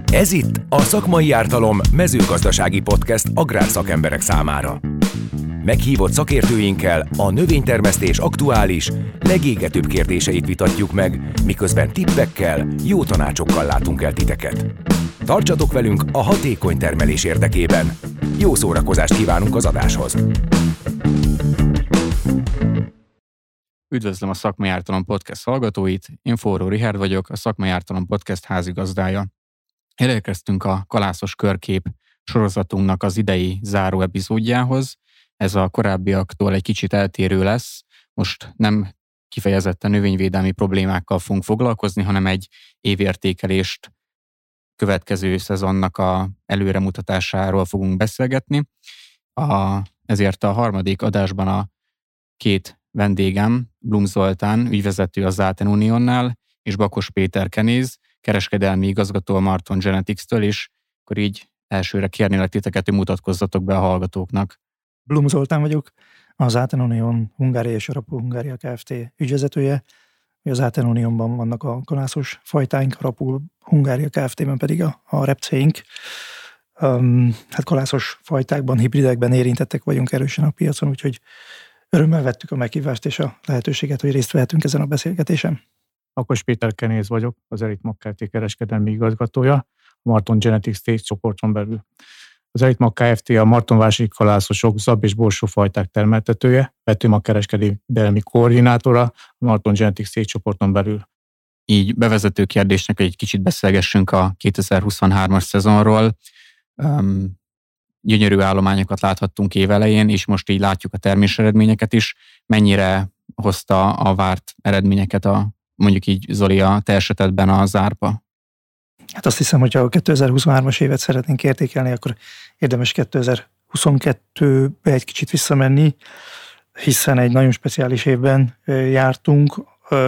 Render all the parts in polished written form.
Ez itt a Szakmai Ártalom mezőgazdasági podcast agrárszakemberek számára. Meghívott szakértőinkkel a növénytermesztés aktuális, legégetőbb kérdéseit vitatjuk meg, miközben tippekkel, jó tanácsokkal látunk el titeket. Tartsatok velünk a hatékony termelés érdekében. Jó szórakozást kívánunk az adáshoz! Üdvözlöm a Szakmai Ártalom podcast hallgatóit, én Forró Richárd vagyok, a Szakmai Ártalom podcast házigazdája. Elérkeztünk a Kalászos körkép sorozatunknak az idei záró epizódjához. Ez a korábbiaktól egy kicsit eltérő lesz. Most nem kifejezetten növényvédelmi problémákkal fogunk foglalkozni, hanem egy évértékelést következő szezonnak a előremutatásáról fogunk beszélgetni. Ezért a harmadik adásban a két vendégem, Blum Zoltán, ügyvezető a Záten Uniónál, és Bakos Péter Kenéz, kereskedelmi igazgató a Marton Genetics-től, és akkor így elsőre kérnélek titeket, hogy mutatkozzatok be a hallgatóknak. Blum Zoltán vagyok, a Záten Unión Hungária és Arapul Hungária Kft. Ügyvezetője. A Záten Uniónban vannak a kalászos fajtáink, Arapul Hungária Kft-ben pedig a repcéink. Hát kalászos fajtákban, hibridekben érintettek vagyunk erősen a piacon, úgyhogy örömmel vettük a meghívást és a lehetőséget, hogy részt vehetünk ezen a beszélgetésen. Bakos Péter Kenéz vagyok, az Elitmag Kft. Kereskedelmi igazgatója, a Marton Genetics csoporton belül. Az Elitmag Kft. A martonvárosi kalászosok, zab és borsófajták termeltetője, vetőmag kereskedelmi koordinátora, a Marton Genetics csoporton belül. Így bevezető kérdésnek egy kicsit beszélgessünk a 2023-as szezonról. Gyönyörű állományokat láthattunk évelején, és most így látjuk a terméseredményeket is. Mennyire hozta a várt eredményeket mondjuk így Zoli a te esetedben az árpa? Hát azt hiszem, hogy ha a 2023-as évet szeretnénk értékelni, akkor érdemes 2022-be egy kicsit visszamenni, hiszen egy nagyon speciális évben jártunk.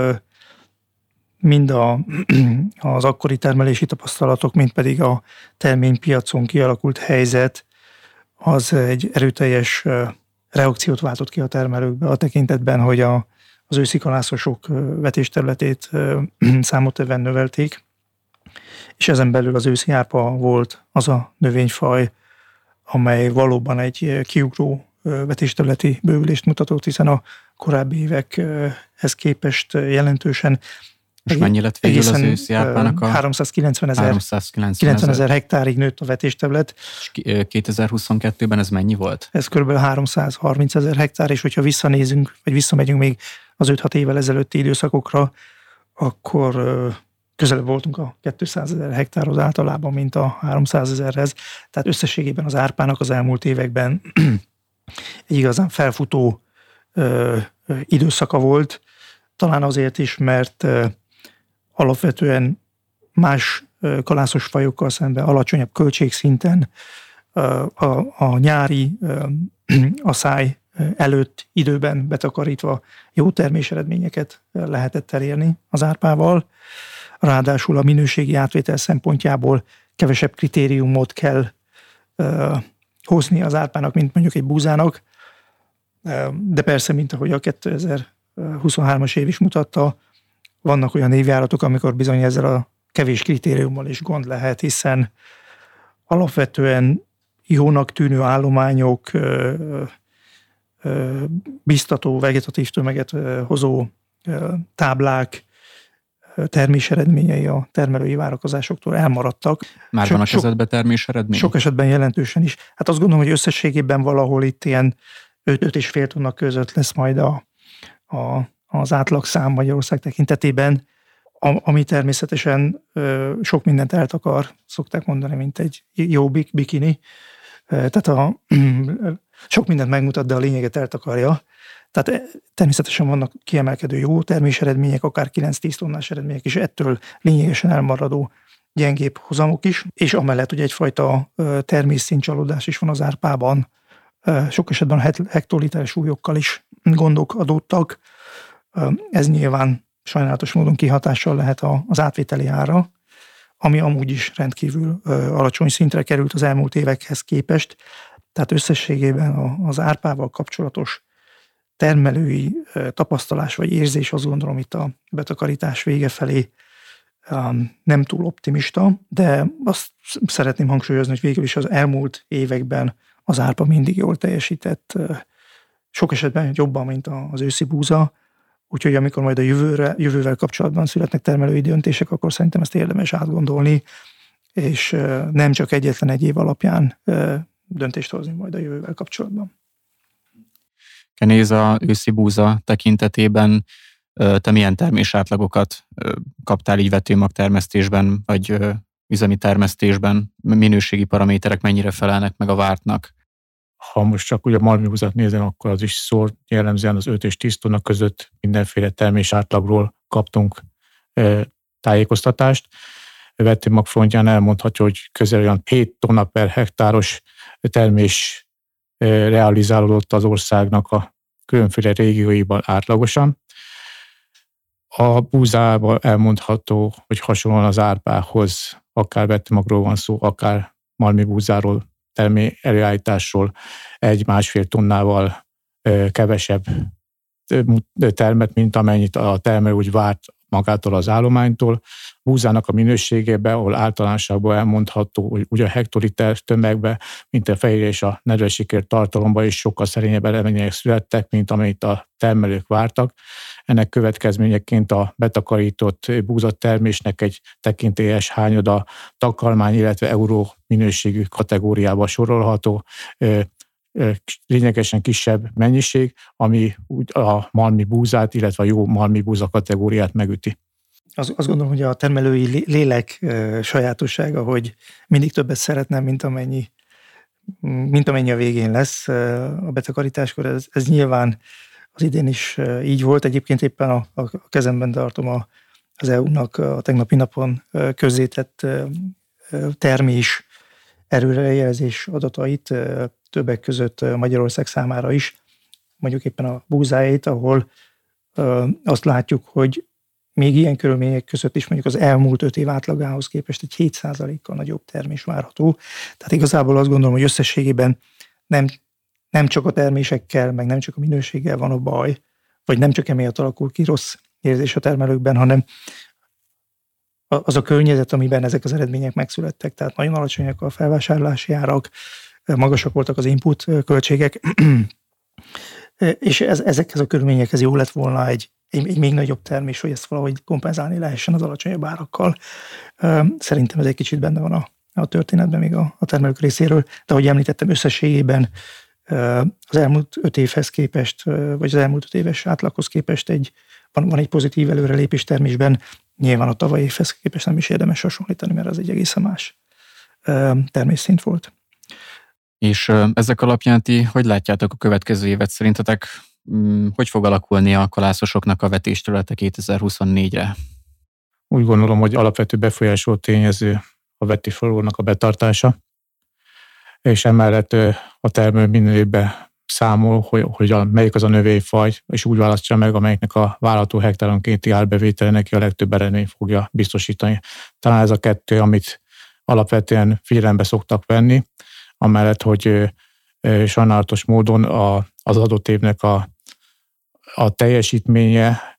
Mind az akkori termelési tapasztalatok, mind pedig a terménypiacon kialakult helyzet, az egy erőteljes reakciót váltott ki a termelőkbe a tekintetben, hogy az őszi kalászosok vetésterületét számottevően növelték, és ezen belül az őszi árpa volt az a növényfaj, amely valóban egy kiugró vetésterületi bővülést mutatott, hiszen a korábbi évekhez képest jelentősen. Most mennyi lett végül az őszi árpának? 390 ezer hektárig nőtt a vetésterület. És 2022-ben ez mennyi volt? Ez kb. 330 ezer hektár, és hogyha visszanézünk, vagy visszamegyünk még az 5-6 évvel ezelőtti időszakokra, akkor közelebb voltunk a 200 ezer hektárhoz általában, mint a 300 ezerhez. Tehát összességében az árpának az elmúlt években egy igazán felfutó időszaka volt. Talán azért is, mert alapvetően más kalászos fajokkal szemben alacsonyabb költségszinten a nyári asszály előtt időben betakarítva jó terméseredményeket lehetett elérni az árpával. Ráadásul a minőségi átvétel szempontjából kevesebb kritériumot kell hozni az árpának, mint mondjuk egy búzának. De persze, mint ahogy a 2023-as év is mutatta, vannak olyan évjáratok, amikor bizony ezzel a kevés kritériummal is gond lehet, hiszen alapvetően jónak tűnő állományok, biztató vegetatív tömeget hozó táblák, terméseredményei a termelői várakozásoktól elmaradtak. Már van a kezedben terméseredmény? Sok esetben jelentősen is. Hát azt gondolom, hogy összességében valahol itt ilyen 5,5 tonna között lesz majd az átlagszám Magyarország tekintetében, ami természetesen sok mindent eltakar, szokták mondani, mint egy jó bikini. Tehát sok mindent megmutat, de a lényeget eltakarja. Tehát természetesen vannak kiemelkedő jó terméseredmények, akár 9-10 tonnás eredmények is, ettől lényegesen elmaradó gyengébb hozamok is, és amellett, hogy egyfajta termésszintcsalódás is van az árpában, sok esetben hektoliter súlyokkal is gondok adódtak. Ez nyilván sajnálatos módon kihatással lehet az átvételi ára, ami amúgy is rendkívül alacsony szintre került az elmúlt évekhez képest. Tehát összességében az árpával kapcsolatos termelői tapasztalás vagy érzés, azt gondolom itt a betakarítás vége felé nem túl optimista, de azt szeretném hangsúlyozni, hogy végül is az elmúlt években az árpa mindig jól teljesített, sok esetben jobban, mint az őszi búza, úgyhogy amikor majd a jövővel kapcsolatban születnek termelői döntések, akkor szerintem ezt érdemes átgondolni, és nem csak egyetlen egy év alapján döntést hozni majd a jövővel kapcsolatban. Kenéz, a őszi búza tekintetében te milyen termésátlagokat kaptál így vetőmag-termesztésben, vagy üzemi termesztésben? Minőségi paraméterek mennyire felelnek meg a vártnak? Ha most csak ugye a malmibúzát nézem, akkor az is szó, jellemzően az 5 és 10 tonna között mindenféle termésátlagról kaptunk tájékoztatást. Vetőmag frontján elmondhatja, hogy közel olyan 7 tonna per hektáros termés realizálódott az országnak a különféle régióiban átlagosan. A búzában elmondható, hogy hasonlóan az árpához, akár vetőmagról van szó, akár malmibúzáról, előállításról 1-1,5 tonnával kevesebb termet, mint amennyit a termelő úgy várt magától az állománytól. Búzának a minőségében, ahol általánosságban elmondható, hogy ugye a hektoliter tömegben, mint a fehérje és a nedvessékér tartalomban is sokkal szerényebb eredmények születtek, mint amit a termelők vártak. Ennek következményeként a betakarított búzatermésnek egy tekintélyes hányada takarmány, illetve euró minőségű kategóriába sorolható, lényegesen kisebb mennyiség, ami úgy a malmi búzát, illetve a jó malmi búza kategóriát megüti. Azt gondolom, hogy a termelői lélek sajátossága, hogy mindig többet szeretne, mint amennyi a végén lesz a betakarításkor. Ez nyilván az idén is így volt. Egyébként éppen a kezemben tartom az EU-nak a tegnapi napon közzétett termés erőrejelzés adatait, többek között Magyarország számára is, mondjuk éppen a búzáit, ahol azt látjuk, hogy még ilyen körülmények között is mondjuk az elmúlt 5 év átlagához képest egy 7%-kal nagyobb termés várható. Tehát igazából azt gondolom, hogy összességében nem csak a termésekkel, meg nem csak a minőséggel van a baj, vagy nem csak emiatt alakul ki rossz érzés a termelőkben, hanem az a környezet, amiben ezek az eredmények megszülettek. Tehát nagyon alacsonyak a felvásárlási árak, magasak voltak az input költségek, és ezekhez a körülményekhez jó lett volna egy még nagyobb termés, hogy ezt valahogy kompenzálni lehessen az alacsonyabb árakkal. Szerintem ez egy kicsit benne van a történetben még a termelők részéről, de ahogy említettem, összességében az elmúlt 5 évhez képest, vagy az elmúlt 5 éves átlaghoz képest van egy pozitív előrelépés termésben. Nyilván a tavalyi évhez képest nem is érdemes hasonlítani, mert az egy egészen más termésszint volt. És ezek alapján ti hogy látjátok a következő évet? Szerintetek hogy fog alakulni a kalászosoknak a vetésterülete 2024-re? Úgy gondolom, hogy alapvető befolyásoló tényező a vetésforrónak a betartása, és emellett a termelő minden évben számol, hogy melyik az a növényfaj, és úgy választja meg, amelyiknek a várható hektáronkénti árbevétele neki a legtöbb eredményt fogja biztosítani. Talán ez a kettő, amit alapvetően figyelembe szoktak venni, amellett, hogy sajnálatos módon az adott évnek a teljesítménye,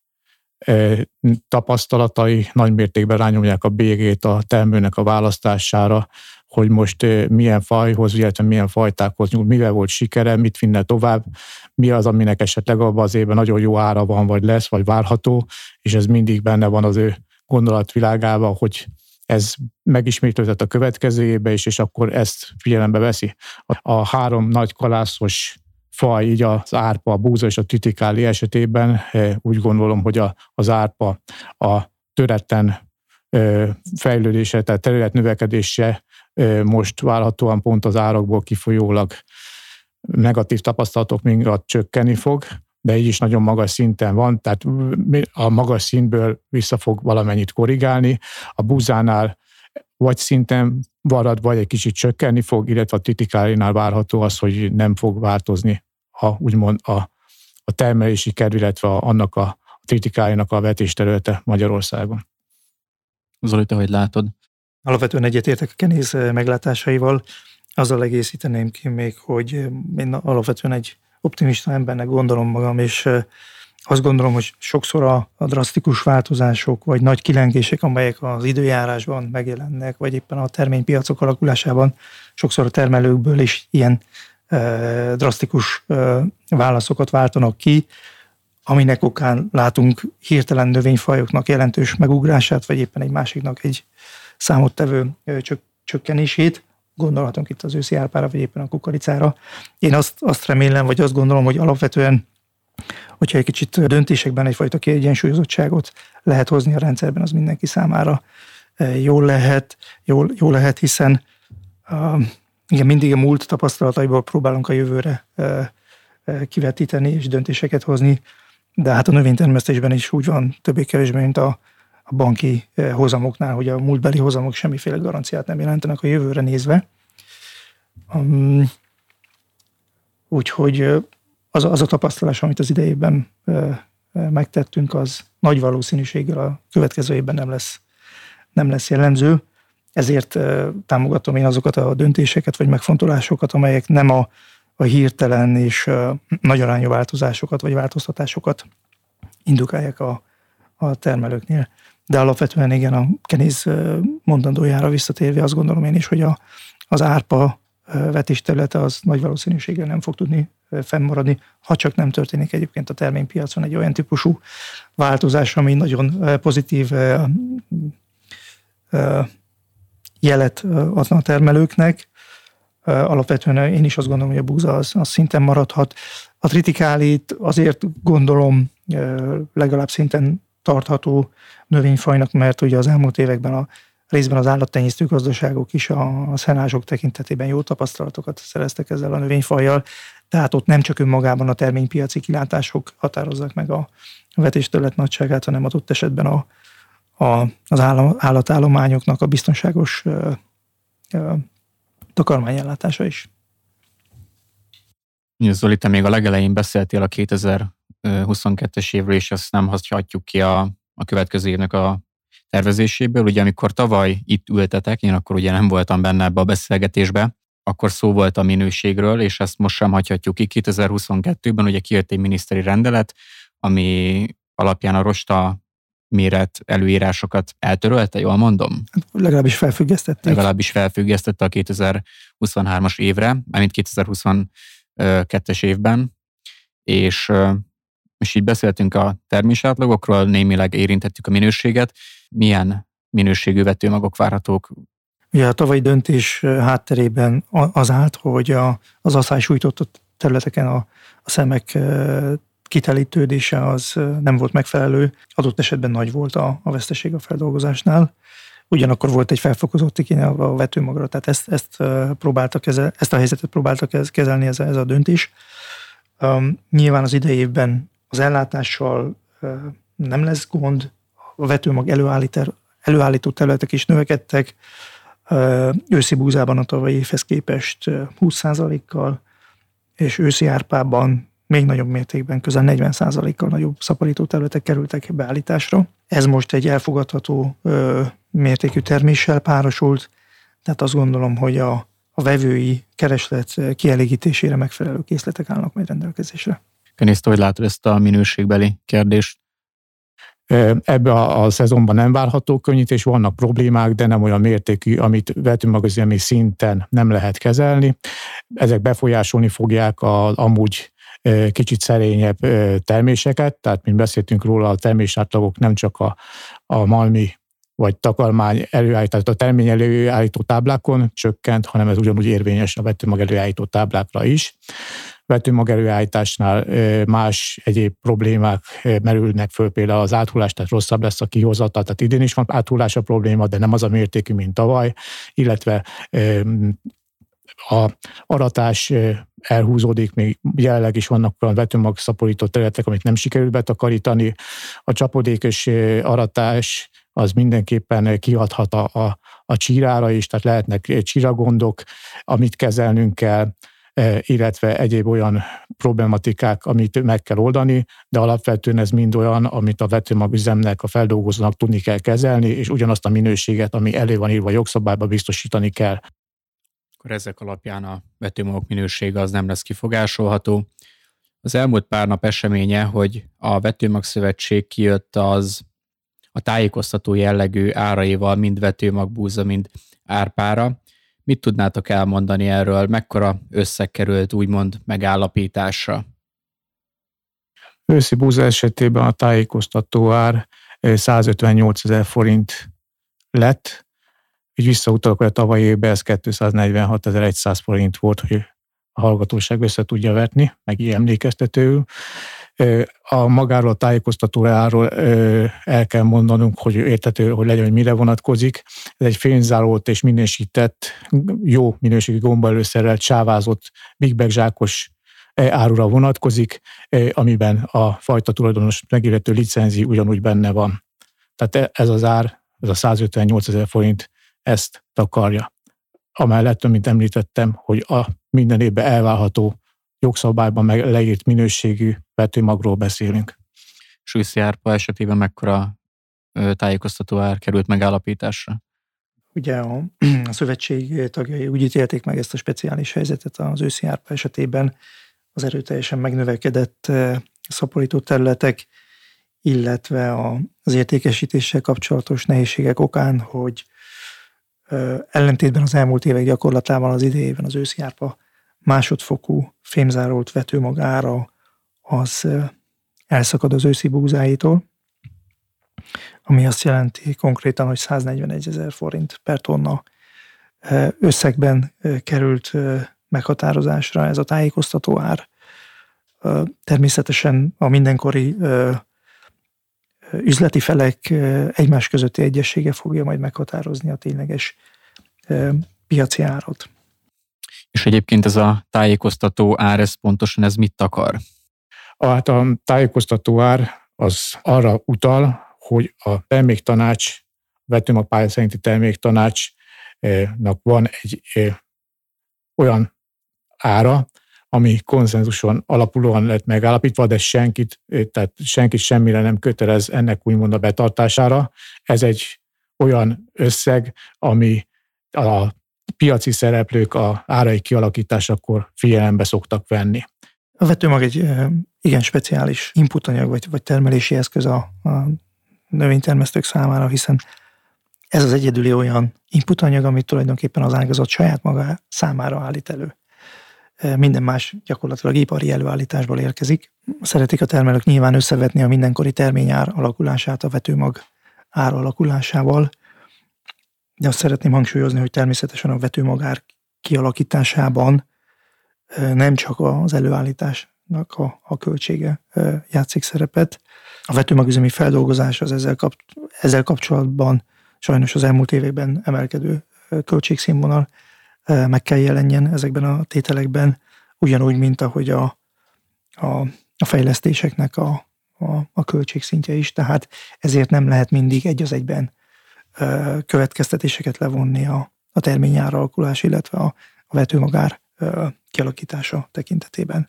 tapasztalatai nagymértékben rányomják a bélyegét a termőnek a választására, hogy most milyen fajhoz, illetve milyen fajtákhoz nyúl, mivel volt sikere, mit vinne tovább, mi az, aminek esetleg abban az évben nagyon jó ára van, vagy lesz, vagy várható, és ez mindig benne van az ő gondolatvilágában, hogy ez megismétlődött a következő évben is, és akkor ezt figyelembe veszi. A 3 nagy kalászos faj, így az árpa, a búza és a titikáli esetében úgy gondolom, hogy az árpa a töretten fejlődése, tehát területnövekedése most várhatóan pont az árakból kifolyólag negatív tapasztalatok miatt csökkenni fog, de így is nagyon magas szinten van, tehát a magas szintből vissza fog valamennyit korrigálni. A búzánál vagy szinten marad, vagy egy kicsit csökkenni fog, illetve a titikálinál várható az, hogy nem fog változni úgymond a termelési kedv, illetve annak a titikálinak a vetésterülete Magyarországon. Zoli, te hogy látod? Alapvetően egyetértek a Kenéz meglátásaival. Azzal egészíteném ki még, hogy én alapvetően egy optimista embernek gondolom magam, és Azt gondolom, hogy sokszor a drasztikus változások, vagy nagy kilengések, amelyek az időjárásban megjelennek, vagy éppen a terménypiacok alakulásában, sokszor a termelőkből is ilyen drasztikus válaszokat váltanak ki, aminek okán látunk hirtelen növényfajoknak jelentős megugrását, vagy éppen egy másiknak egy számottevő csökkenését. Gondolhatunk itt az őszi árpára, vagy éppen a kukoricára. Én azt remélem, vagy azt gondolom, hogy alapvetően, hogyha egy kicsit döntésekben egyfajta kiegyensúlyozottságot lehet hozni a rendszerben, az mindenki számára jól lehet, hiszen igen, mindig a múlt tapasztalataiból próbálunk a jövőre kivetíteni és döntéseket hozni, de hát a növénytermesztésben is úgy van többé-kevésbé, mint a banki hozamoknál, hogy a múltbeli hozamok semmiféle garanciát nem jelentenek a jövőre nézve. Úgyhogy az a tapasztalás, amit az idejében megtettünk, az nagy valószínűséggel a következő évben nem lesz jellemző. Ezért támogatom én azokat a döntéseket vagy megfontolásokat, amelyek nem a hirtelen és nagy arányú változásokat vagy változtatásokat indukálják a termelőknél. De alapvetően igen, a Kenéz mondandójára visszatérve azt gondolom én is, hogy az árpa vetés területe az nagy valószínűséggel nem fog tudni fennmaradni, ha csak nem történik egyébként a terménypiacon egy olyan típusú változás, ami nagyon pozitív jelet adna a termelőknek. Alapvetően én is azt gondolom, hogy a búza az szinten maradhat. A tritikálit azért gondolom legalább szinten tartható növényfajnak, mert ugye az elmúlt években részben az állattenyésztő gazdaságok is a szenázsok tekintetében jó tapasztalatokat szereztek ezzel a növényfajjal, tehát ott nem csak önmagában a terménypiaci kilátások határozzák meg a vetésterület nagyságát, hanem adott esetben az állatállományoknak a biztonságos takarmányellátása is. Zoli, te még a legelején beszéltél a 2022-es évről, és ezt nem hagyhatjuk ki a következő évnek a tervezéséből. Ugye amikor tavaly itt ültetek, én akkor ugye nem voltam benne ebbe a beszélgetésbe, akkor szó volt a minőségről, és ezt most sem hagyhatjuk ki. 2022-ben ugye kijött egy miniszteri rendelet, ami alapján a rosta méret előírásokat eltörölte, jól mondom? Legalábbis felfüggesztették. Legalábbis felfüggesztette a 2023-as évre, mármint 2022-es évben, és így beszéltünk a termésátlagokról, némileg érintettük a minőséget. Milyen minőségű vetőmagok várhatók? Ugye a tavalyi döntés hátterében az állt, hogy az asszály sújtott területeken a szemek kitelítődése az nem volt megfelelő, adott esetben nagy volt a veszteség a feldolgozásnál. Ugyanakkor volt egy felfokozott igény a vetőmagra, tehát ezt a helyzetet próbáltak kezelni ez a döntés. Nyilván az idei évben az ellátással nem lesz gond, a vetőmag előállító területek is növekedtek, őszi búzában a tavalyi évhez képest 20%-kal, és őszi árpában még nagyobb mértékben, közel 40%-kal nagyobb szaporító területek kerültek beállításra. Ez most egy elfogadható mértékű terméssel párosult, tehát azt gondolom, hogy a vevői kereslet kielégítésére megfelelő készletek állnak majd rendelkezésre. Kenész, hogy látod ezt a minőségbeli kérdést? Ebbe a szezonban nem várható könnyítés, vannak problémák, de nem olyan mértékű, amit vetőmagazemi szinten nem lehet kezelni. Ezek befolyásolni fogják amúgy kicsit szerényebb terméseket, tehát mint beszéltünk róla, a termésátlagok nem csak a malmi vagy takarmány előállítás, a termény előállító táblákon csökkent, hanem ez ugyanúgy érvényes a vetőmag előállító táblákra is. Vetőmag előállításnál más egyéb problémák merülnek föl, például az áthullás, tehát rosszabb lesz a kihozata, tehát idén is van áthullás a probléma, de nem az a mértékű, mint tavaly, illetve a aratás elhúzódik, még jelenleg is vannak olyan vetőmag szaporító területek, amit nem sikerült betakarítani. A csapodékos aratás az mindenképpen kihathat a csírára is, tehát lehetnek csíragondok, amit kezelnünk kell, illetve egyéb olyan problematikák, amit meg kell oldani, de alapvetően ez mind olyan, amit a vetőmagüzemnek, a feldolgozónak tudni kell kezelni, és ugyanazt a minőséget, ami elő van írva a jogszabályba, biztosítani kell. Akkor ezek alapján a vetőmagok minősége az nem lesz kifogásolható. Az elmúlt pár nap eseménye, hogy a Vetőmagszövetség kijött az a tájékoztató jellegű áraival, mind vetőmagbúza, mind árpára. Mit tudnátok elmondani erről? Mekkora összeg került úgymond megállapításra? Őszi búza esetében a tájékoztató ár 158 000 forint lett, így visszautalok, hogy a tavalyi évben ez 246 100 forint volt, hogy a hallgatóság össze tudja vetni, meg így emlékeztetőül. A magáról a tájékoztató árról el kell mondanunk, hogy érthető, hogy legyen, hogy mire vonatkozik. Ez egy fényzárolt és minősített, jó minőségű gombaelőszerrel csávázott Big Bag zsákos árura vonatkozik, amiben a fajta tulajdonos megillető licenzi ugyanúgy benne van. Tehát ez az ár, ez a 158 000 forint ezt takarja. Amellett, mint említettem, hogy a minden évben elválható jogszabályban meg leírt minőségű vetőmagról beszélünk. És őszi árpa esetében mekkora tájékoztató ár került megállapításra? Ugye a szövetség tagjai úgy ítélték meg ezt a speciális helyzetet az őszi árpa esetében, az erőteljesen megnövekedett szaporító területek, illetve az értékesítéssel kapcsolatos nehézségek okán, hogy ellentétben az elmúlt évek gyakorlatában az idejében az őszi árpa másodfokú fémzárolt vetőmag ára az elszakad az őszi búzáitól, ami azt jelenti konkrétan, hogy 141 000 forint per tonna összegben került meghatározásra ez a tájékoztató ár. Természetesen a mindenkori üzleti felek egymás közötti egyessége fogja majd meghatározni a tényleges piaci árat. És egyébként ez a tájékoztató ár, ez pontosan ez mit akar? A tájékoztató ár az arra utal, hogy a terméktanács, vetőmag pálya szerinti terméktanácsnak van egy olyan ára, ami konszenzuson alapulóan lett megállapítva, de senkit semmire nem kötelez ennek úgymond a betartására. Ez egy olyan összeg, ami a piaci szereplők a árai kialakításakor figyelembe szoktak venni. A vetőmag egy igen speciális inputanyag vagy termelési eszköz a növénytermesztők számára, hiszen ez az egyedüli olyan inputanyag, amit tulajdonképpen az ágazat saját maga számára állít elő. Minden más gyakorlatilag ipari előállításból érkezik. Szeretik a termelők nyilván összevetni a mindenkori terményár alakulását a vetőmag ár alakulásával, de azt szeretném hangsúlyozni, hogy természetesen a vetőmag ár kialakításában nem csak az előállításnak a költsége játszik szerepet. A vetőmagüzemi feldolgozás az ezzel kapcsolatban sajnos az elmúlt években emelkedő költségszínvonal meg kell jelenjen ezekben a tételekben, ugyanúgy, mint ahogy a fejlesztéseknek a költségszintje is, tehát ezért nem lehet mindig egy az egyben következtetéseket levonni a terményár alakulás, illetve a vetőmagár kialakítása tekintetében.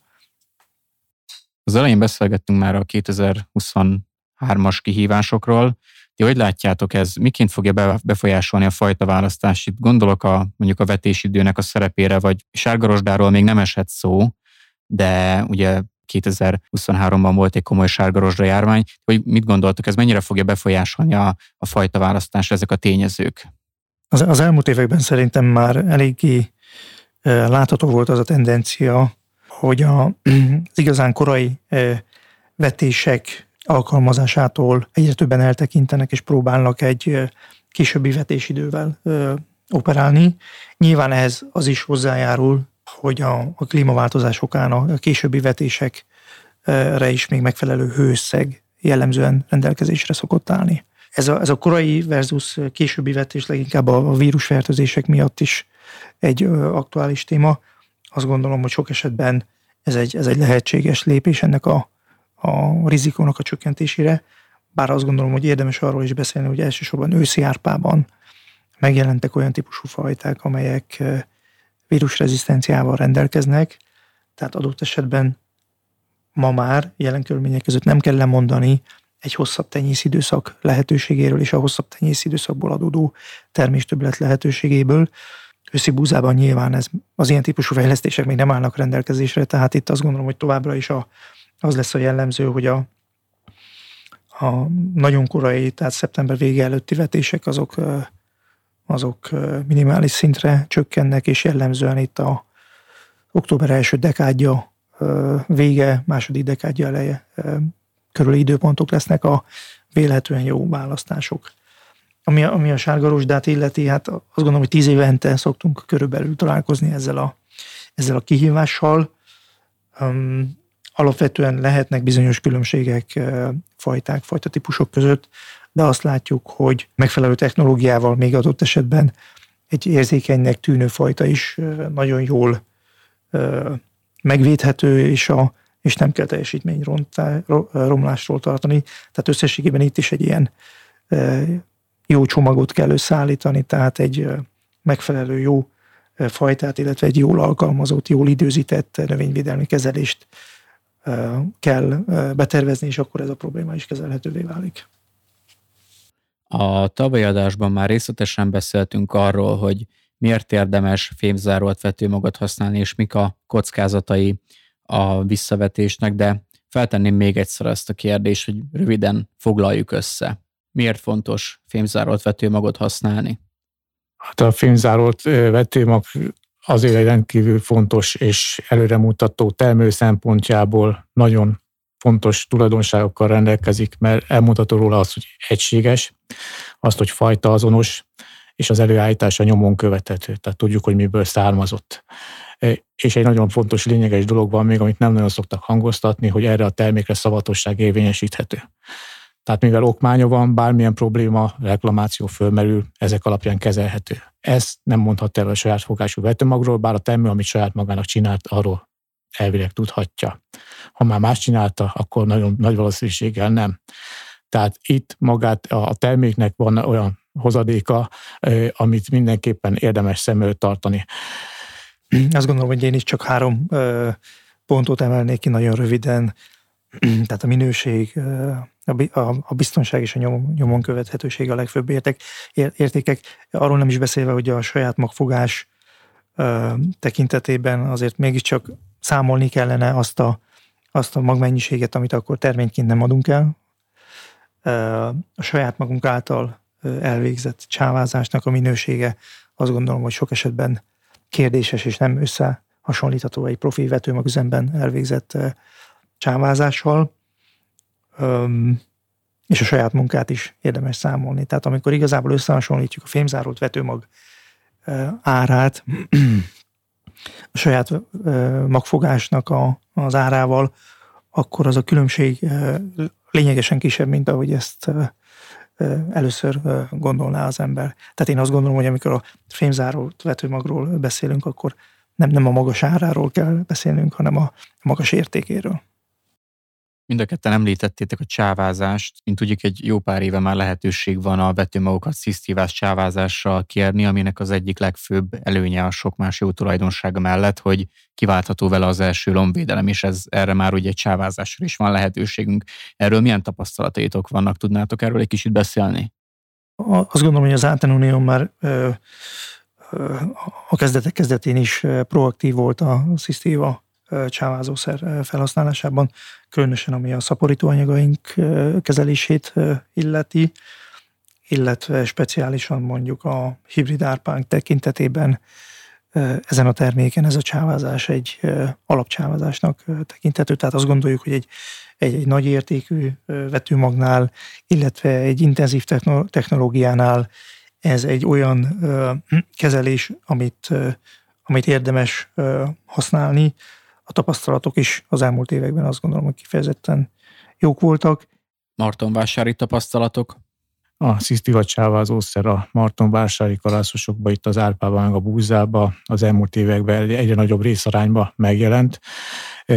Az elején beszélgettünk már a 2023-as kihívásokról. Ti hogy látjátok, ez miként fogja befolyásolni a fajtaválasztást? Itt gondolok mondjuk a vetésidőnek a szerepére, vagy sárgarosdáról még nem esett szó, de ugye 2023-ban volt egy komoly sárgarosda járvány. Hogy mit gondoltok, ez mennyire fogja befolyásolni a fajtaválasztásra ezek a tényezők? Az elmúlt években szerintem már eléggé látható volt az a tendencia, hogy az igazán korai vetések alkalmazásától egyre többen eltekintenek és próbálnak egy későbbi vetésidővel operálni. Nyilván ehhez az is hozzájárul, hogy a klímaváltozás okán a későbbi vetésekre is még megfelelő hőösszeg jellemzően rendelkezésre szokott állni. Ez a korai versus későbbi vetés leginkább a vírusfertőzések miatt is egy aktuális téma. Azt gondolom, hogy sok esetben ez egy lehetséges lépés ennek a rizikónak a csökkentésére, bár azt gondolom, hogy érdemes arról is beszélni, hogy elsősorban őszi árpában megjelentek olyan típusú fajták, amelyek vírusrezisztenciával rendelkeznek, tehát adott esetben ma már jelen körülmények között nem kell lemondani egy hosszabb tenyészidőszak lehetőségéről és a hosszabb tenyészidőszakból adódó terméstöbblet lehetőségéből. őszi búzában nyilván az ilyen típusú fejlesztések még nem állnak rendelkezésre, tehát itt azt gondolom, hogy továbbra is az lesz a jellemző, hogy a nagyon korai, tehát szeptember vége előtti vetések azok minimális szintre csökkennek, és jellemzően itt a október első dekádja vége, második dekádja eleje körüli időpontok lesznek a vélhetően jó választások. Ami a sárgarosdát illeti, hát azt gondolom, hogy 10 évente szoktunk körülbelül találkozni ezzel a kihívással. Alapvetően lehetnek bizonyos különbségek fajta típusok között, de azt látjuk, hogy megfelelő technológiával még adott esetben egy érzékenynek tűnő fajta is nagyon jól megvédhető, és nem kell teljesítményromlásról tartani. Tehát összességében itt is egy ilyen jó csomagot kell összeállítani, tehát egy megfelelő jó fajtát, illetve egy jól alkalmazott, jól időzített növényvédelmi kezelést kell betervezni, és akkor ez a probléma is kezelhetővé válik. A tavalyi adásban már részletesen beszéltünk arról, hogy miért érdemes fémzárolt vetőmagot használni, és mik a kockázatai a visszavetésnek, de feltenném még egyszer ezt a kérdést, hogy röviden foglaljuk össze. Miért fontos fémzárolt vetőmagot használni? Hát a fémzárolt vetőmag azért egy rendkívül fontos és előremutató termő szempontjából nagyon fontos tulajdonságokkal rendelkezik, mert elmutató róla az, hogy egységes, azt, hogy fajta azonos, és az előállítása nyomon követhető, tehát tudjuk, hogy miből származott. És egy nagyon fontos, lényeges dolog van még, amit nem nagyon szoktak hangoztatni, hogy erre a termékre szavatosság érvényesíthető. Tehát mivel okmánya van, bármilyen probléma, reklamáció fölmerül, ezek alapján kezelhető. Ez nem mondhat el a saját fogású vetőmagról, bár a termő, amit saját magának csinált, arról elvileg tudhatja. Ha már más csinálta, akkor nagyon nagy valószínűséggel nem. Tehát itt magát a terméknek van olyan hozadéka, amit mindenképpen érdemes szem előtt tartani. Azt gondolom, hogy én is csak 3 pontot emelnék ki nagyon röviden. Tehát a minőség, a biztonság és a nyomon követhetőség a legfőbb értékek. Arról nem is beszélve, hogy a saját magfogás tekintetében azért mégiscsak számolni kellene azt a magmennyiséget, amit akkor terményként nem adunk el. A saját magunk által elvégzett csávázásnak a minősége azt gondolom, hogy sok esetben kérdéses és nem összehasonlítható egy profi vetőmagüzemben elvégzett csávázással, és a saját munkát is érdemes számolni. Tehát amikor igazából összehasonlítjuk a fémzárolt vetőmag árát a saját magfogásnak az árával, akkor az a különbség lényegesen kisebb, mint ahogy ezt először gondolná az ember. Tehát én azt gondolom, hogy amikor a fémzárolt vetőmagról beszélünk, akkor nem a magas áráról kell beszélnünk, hanem a magas értékéről. Mind a ketten említettétek a csávázást. Mint tudjuk, egy jó pár éve már lehetőség van a vetőmagokat szisztívás csávázással kérni, aminek az egyik legfőbb előnye a sok más jó tulajdonsága mellett, hogy kiváltható vele az első lombvédelem, és erre már ugye egy csávázásra is van lehetőségünk. Erről milyen tapasztalataitok vannak? Tudnátok erről egy kicsit beszélni? Azt gondolom, hogy az Arten már a kezdetek kezdetén is proaktív volt a szisztíva csávázószer felhasználásában, különösen ami a szaporítóanyagaink kezelését illeti, illetve speciálisan mondjuk a hibrid árpánk tekintetében ezen a terméken ez a csávázás egy alapcsávázásnak tekinthető. Tehát azt gondoljuk, hogy egy nagy értékű vetőmagnál, illetve egy intenzív technológiánál ez egy olyan kezelés, amit érdemes használni. A tapasztalatok is az elmúlt években azt gondolom, hogy kifejezetten jók voltak. Martonvásári tapasztalatok? A szisztíva csávázószer a martonvásári kalászosokban, itt az árpában, meg a búzában az elmúlt években egyre nagyobb részarányban megjelent.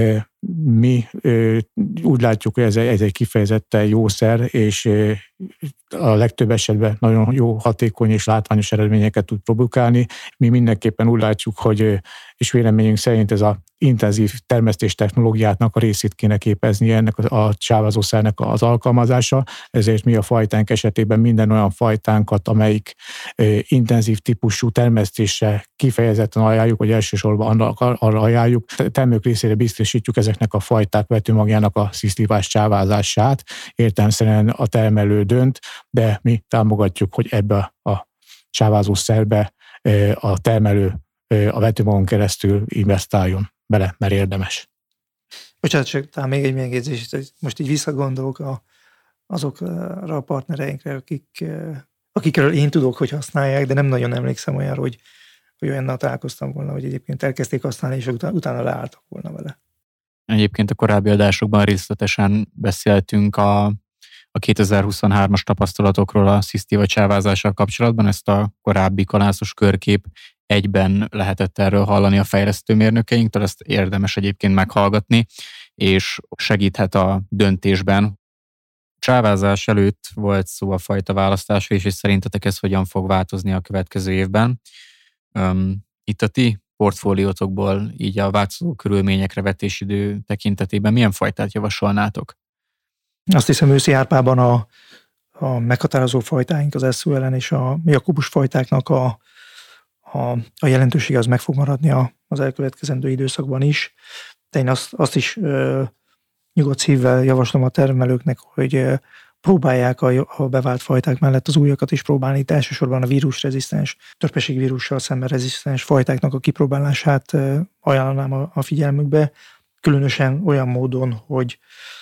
mi úgy látjuk, hogy ez egy kifejezetten jó szer, és a legtöbb esetben nagyon jó, hatékony és látványos eredményeket tud produkálni. Mi mindenképpen úgy látjuk, hogy és véleményünk szerint ez az intenzív termesztés technológiáknak a részét kéne képezni ennek a csávázószernek az alkalmazása, ezért mi a fajtánk esetében minden olyan fajtánkat, amelyik intenzív típusú termesztésre kifejezetten ajánljuk, vagy elsősorban arra ajánljuk, termők részére biztosítjuk ezeknek a fajták vetőmagjának a szisztívás csávázását, értelemszerűen a termelő dönt, de mi támogatjuk, hogy ebbe a csávázószerbe a termelő a vetőmagon keresztül investáljon bele, mert érdemes. Bocsánat, csak talán még egy megjegyzés, hogy most így visszagondolok azokra a partnereinkre, akikről én tudok, hogy használják, de nem nagyon emlékszem olyanra, hogy olyannal találkoztam volna, hogy egyébként elkezdték használni, és utána leálltak volna vele. Egyébként a korábbi adásokban részletesen beszéltünk a 2023-as tapasztalatokról a szisztíva csávázással kapcsolatban. Ezt a korábbi kalászos körkép egyben lehetett erről hallani a fejlesztőmérnökeinktől, ezt érdemes egyébként meghallgatni, és segíthet a döntésben. Csávázás előtt volt szó a fajta választásról, és szerintetek ez hogyan fog változni a következő évben? Itt a ti portfóliótokból így a változó körülményekre vetésidő tekintetében milyen fajtát javasolnátok? Azt hiszem őszi árpában a meghatározó fajtáink, az SULN és a Jakobus fajtáknak a jelentősége az meg fog maradni az elkövetkezendő időszakban is. De én azt is nyugodt szívvel javaslom a termelőknek, hogy próbálják a bevált fajták mellett az újakat is próbálni. Itt elsősorban a vírusrezisztens, törpességvírussal szemben rezisztens fajtáknak a kipróbálását ajánlanám a figyelmükbe. Különösen olyan módon, hogy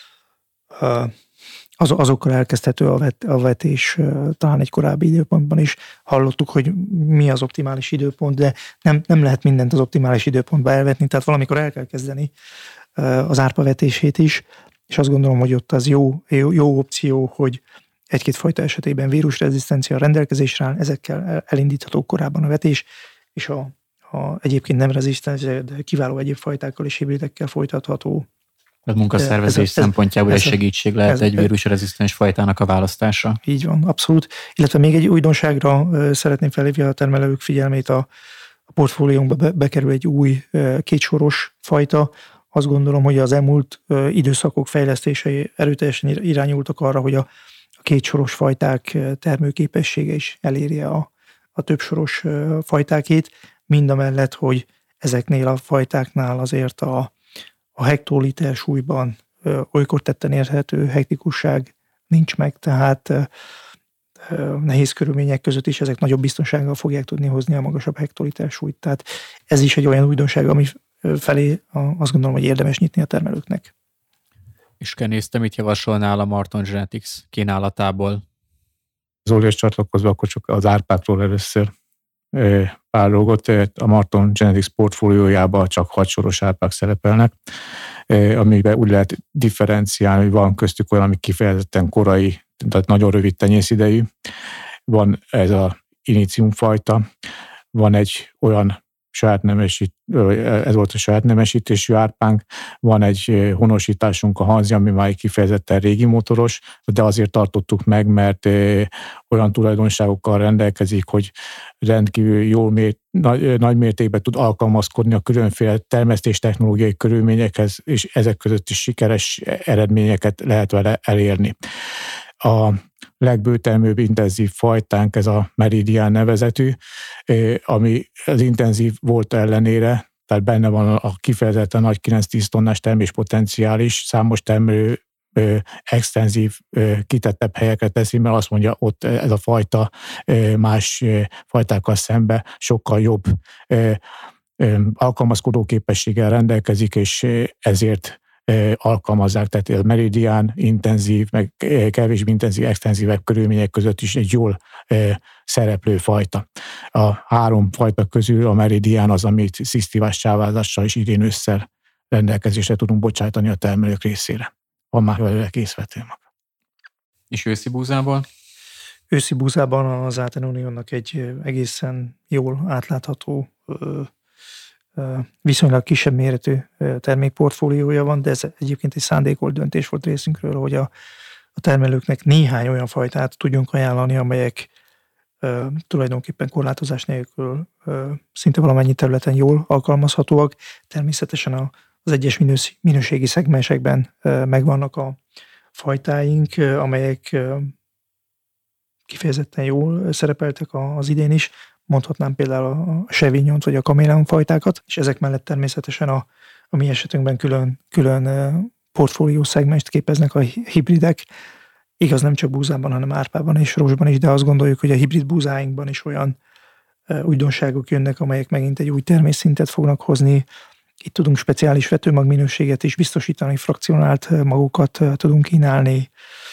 azokkal elkezdhető a vetés talán egy korábbi időpontban is. Hallottuk, hogy mi az optimális időpont, de nem lehet mindent az optimális időpontba elvetni, tehát valamikor el kell kezdeni az árpavetését is, és azt gondolom, hogy ott az jó opció, hogy egy-két fajta esetében vírusrezisztencia rendelkezésre áll, ezekkel elindítható korábban a vetés, és a egyébként nem rezisztens, de kiváló egyéb fajtákkal és hibridekkel folytatható. A munkaszervezés szempontjából egy segítség lehet egy vírusrezisztens fajtának a választása. Így van, abszolút. Illetve még egy újdonságra szeretném felhívni a termelők figyelmét, a portfóliónkba bekerül egy új kétsoros fajta. Azt gondolom, hogy az elmúlt időszakok fejlesztései erőteljesen irányultak arra, hogy a kétsoros fajták termőképessége is elérje a többsoros fajtákét, mindamellett, hogy ezeknél a fajtáknál azért a hektoliter súlyban olykor tetten érhető hektikusság nincs meg, tehát nehéz körülmények között is ezek nagyobb biztonsággal fogják tudni hozni a magasabb hektoliter súlyt. Tehát ez is egy olyan újdonság, ami felé azt gondolom, hogy érdemes nyitni a termelőknek. És néztem, mit javasolnál a Marton Genetics kínálatából? Zolihoz csatlakozva, akkor csak az árpákról először pár dolgot. A Marton Genetics portfóliójában csak 6 soros árpák szerepelnek, amiben úgy lehet differenciálni, hogy van köztük olyan, ami kifejezetten korai, tehát nagyon rövid tenyészidejű. Van ez a inicium fajta, van egy olyan ez volt a saját nemesítésű árpánk, van egy honosításunk a Hanzi, ami már kifejezetten régi motoros, de azért tartottuk meg, mert olyan tulajdonságokkal rendelkezik, hogy rendkívül jól nagy mértékben tud alkalmazkodni a különféle termesztés technológiai körülményekhez, és ezek között is sikeres eredményeket lehet vele elérni. A legbőtermőbb intenzív fajtánk ez a Meridian nevezetű, ami az intenzív volt ellenére, tehát benne van a kifejezetten nagy 9-10 tonnás terméspotenciális, számos termelő extenzív, kitettebb helyeket teszi, mert azt mondja, ott ez a fajta más fajtákkal szemben sokkal jobb alkalmazkodó képességgel rendelkezik, és ezért alkalmazzák, tehát a Meridian intenzív, meg kevésbé intenzív, extenzívebb körülmények között is egy jól szereplő fajta. A 3 fajta közül a Meridian az, amit szisztívás csávázással is idén ősszel rendelkezésre tudunk bocsájtani a termelők részére. Van már belőle készvetőmag. És őszi búzából? Őszi búzában az Alten Unionnak egy egészen jól átlátható viszonylag kisebb méretű termékportfóliója van, de ez egyébként egy szándékolt döntés volt részünkről, hogy a termelőknek néhány olyan fajtát tudjunk ajánlani, amelyek tulajdonképpen korlátozás nélkül szinte valamennyi területen jól alkalmazhatóak. Természetesen az egyes minőségi szegmensekben megvannak a fajtáink, amelyek kifejezetten jól szerepeltek az idén is. Mondhatnám például a Chevignont vagy a Caméleon fajtákat, és ezek mellett természetesen a mi esetünkben külön portfólió szegmest képeznek a hibridek. Igaz, nem csak búzában, hanem árpában és rózsban is, de azt gondoljuk, hogy a hibrid búzáinkban is olyan újdonságok jönnek, amelyek megint egy új termésszintet fognak hozni. Itt tudunk speciális vetőmag minőséget is biztosítani, frakcionált magokat tudunk kínálni,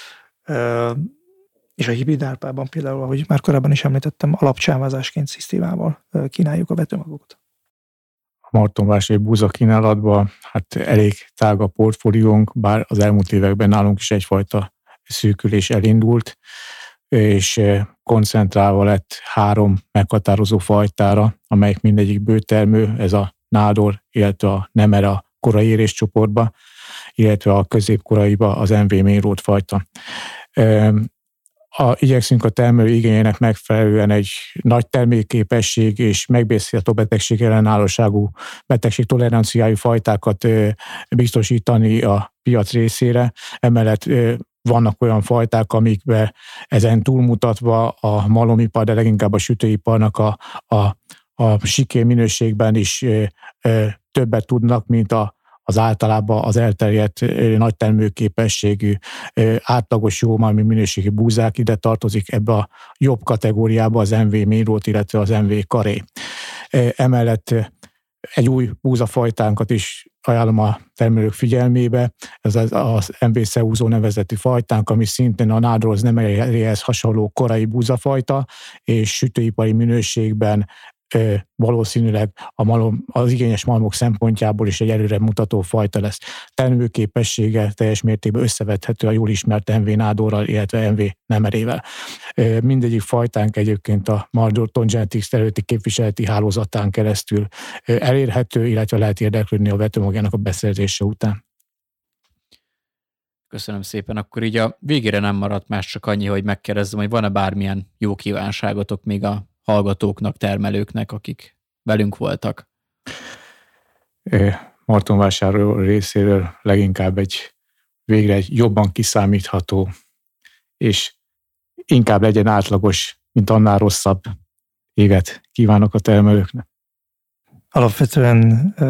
és a hibrid árpában például, ahogy már korábban is említettem, alapcsávázásként szisztémával kínáljuk a vetőmagokat. A martonvásári búza kínálatban hát elég tág a portfóliónk, bár az elmúlt években nálunk is egyfajta szűkülés elindult, és koncentrálva lett 3 meghatározó fajtára, amelyek mindegyik bőtermő, ez a nádor, illetve a nemere a korai éréscsoportba, illetve a középkoraiba az MV Mainroad fajta. Igyekszünk a termelő igényének megfelelően egy nagy termékképesség és megbízható betegség ellenállóságú, betegség toleranciájú fajtákat biztosítani a piac részére. Emellett vannak olyan fajták, amikben ezen túlmutatva a malomipar, de leginkább a sütőiparnak a sikér minőségben is többet tudnak, mint az általában az elterjedt nagy termőképességű, átlagos jó malmi minőségű búzák. Ide tartozik ebbe a jobb kategóriába az MV Mainroad, illetve az MV Carré. Emellett egy új búzafajtánkat is ajánlom a termelők figyelmébe, ez az MV Seuzó nevezetű fajtánk, ami szintén a nádorhoz nemeréhez hasonló korai búzafajta, és sütőipari minőségben valószínűleg az igényes malmok szempontjából is egy előre mutató fajta lesz. Termőképessége teljes mértékben összevethető a jól ismert MV nádorral, illetve MV nemerével. Mindegyik fajtánk egyébként a Marton Genetics területi képviseleti hálózatán keresztül elérhető, illetve lehet érdeklődni a vetőmagjának a beszerzése után. Köszönöm szépen. Akkor így a végére nem maradt más, csak annyi, hogy megkérdezzem, hogy van-e bármilyen jó kívánságotok még a hallgatóknak, termelőknek, akik velünk voltak? Martonvásárló részéről leginkább végre egy jobban kiszámítható, és inkább legyen átlagos, mint annál rosszabb évet kívánok a termelőknek. Alapvetően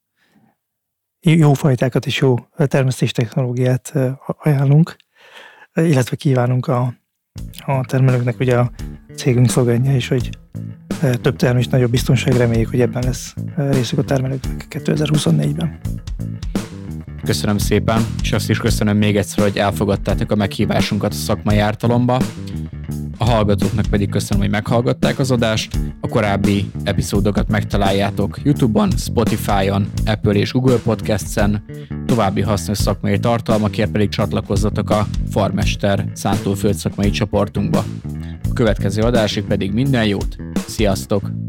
jó fajtákat és jó termesztés technológiát ajánlunk, illetve kívánunk a termelőknek. Ugye a cégünk szlogenje is, hogy több termés, nagyobb biztonság, reméljük, hogy ebben lesz részük a termelőknek 2024-ben. Köszönöm szépen, és azt is köszönöm még egyszer, hogy elfogadtátok a meghívásunkat a szakmai ártalomba. A hallgatóknak pedig köszönöm, hogy meghallgatták az adást. A korábbi epizódokat megtaláljátok YouTube-on, Spotify-on, Apple és Google Podcasts-en. További hasznos szakmai tartalmakért pedig csatlakozzatok a Farmester szántóföld szakmai csoportunkba. A következő adásig pedig minden jót! Sziasztok!